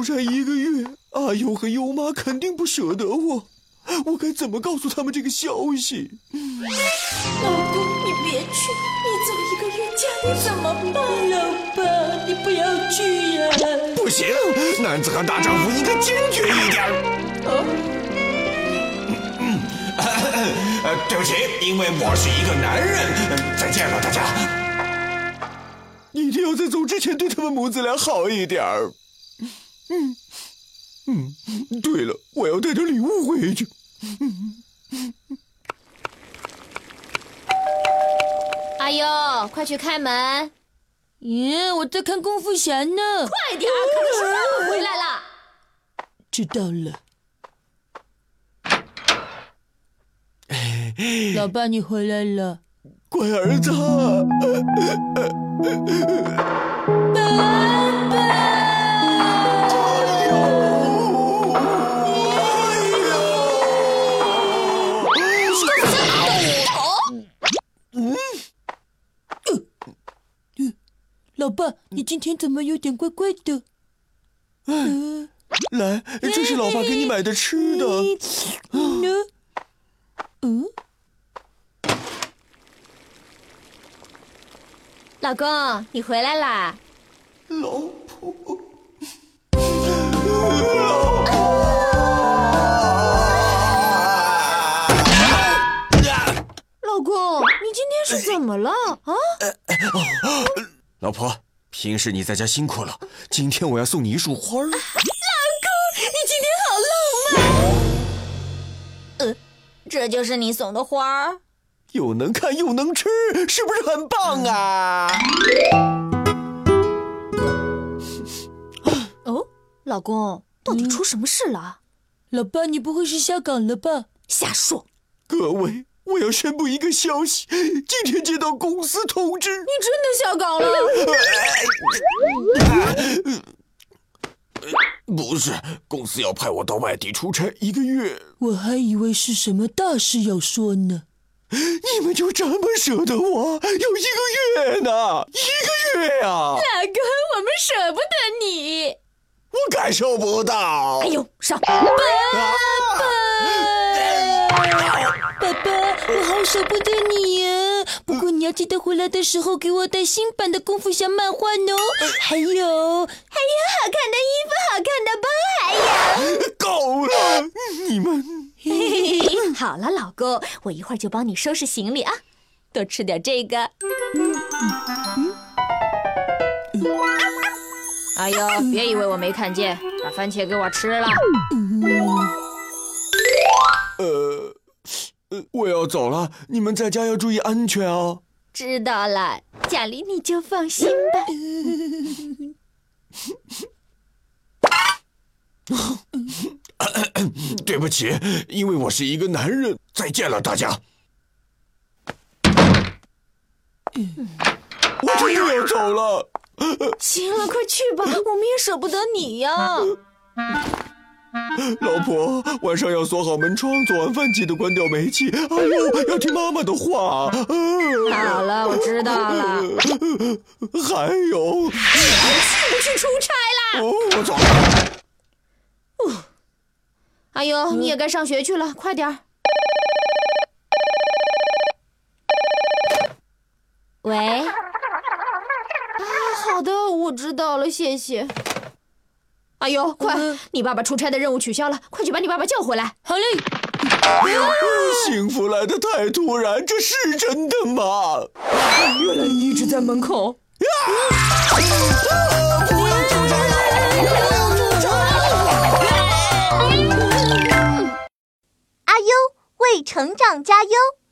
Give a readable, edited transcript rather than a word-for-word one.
出差1个月，阿优和优妈肯定不舍得我，我该怎么告诉他们这个消息？ 老公，你别去，你走1个月家里怎么办？老爸，你不要去呀！ 不行，男子汉大丈夫应该坚决一点。对不起，因为我是一个男人。再见了，大家。一定要在走之前对他们母子俩好一点。对了，我要带点礼物回去。 阿优，快去开门！ 我在看功夫侠呢。 快点，可能是爸爸回来了。 知道了。老爸，你回来了。 乖儿子。 爸爸。老爸，你今天怎么有点怪怪的？ 来，这是老爸给你买的吃的。 老公，你回来啦！ 老婆。 老公，你今天是怎么了啊？ 老婆，平时你在家辛苦了，今天我要送你一束花。老公， 你今天好浪漫。这就是你送的花儿？ 又能看又能吃，是不是很棒啊？ 哦，老公，到底出什么事了？ 老爸，你不会是下岗了吧？ 瞎说！ 各位，我要宣布一个消息，今天接到公司通知， 你真的下岗了？ 不是，公司要派我到外地出差1个月。 我还以为是什么大事要说呢。 你们就这么舍得我？有1个月呢，1个月啊！ 老公，我们舍不得你， 我感受不到。 哎呦，上！ 爸爸，我好舍不得你呀！不过你要记得回来的时候给我带新版的功夫侠漫画哦。还有好看的衣服，好看的包，还有…… 够了，你们。 好了，老公，我一会儿就帮你收拾行李啊，多吃点这个。哎呦，别以为我没看见，把番茄给我吃了。 我要走了，你们在家要注意安全啊。 知道了，家里你就放心吧。 对不起，因为我是一个男人。再见了，大家。我真的要走了。 行了，快去吧，我们也舍不得你呀。 老婆，晚上要锁好门窗，做完饭记得关掉煤气。哎呦，要听妈妈的话。 好了，我知道了。 还有， 你还去不去出差啦？ 我走了。 哎呦，你也该上学去了，快点儿。喂。好的，我知道了，谢谢。哎呦，快！你爸爸出差的任务取消了，快去把你爸爸叫回来。 好嘞。 幸福来得太突然，这是真的吗？ 原来你一直在门口。 阿优为成长加油。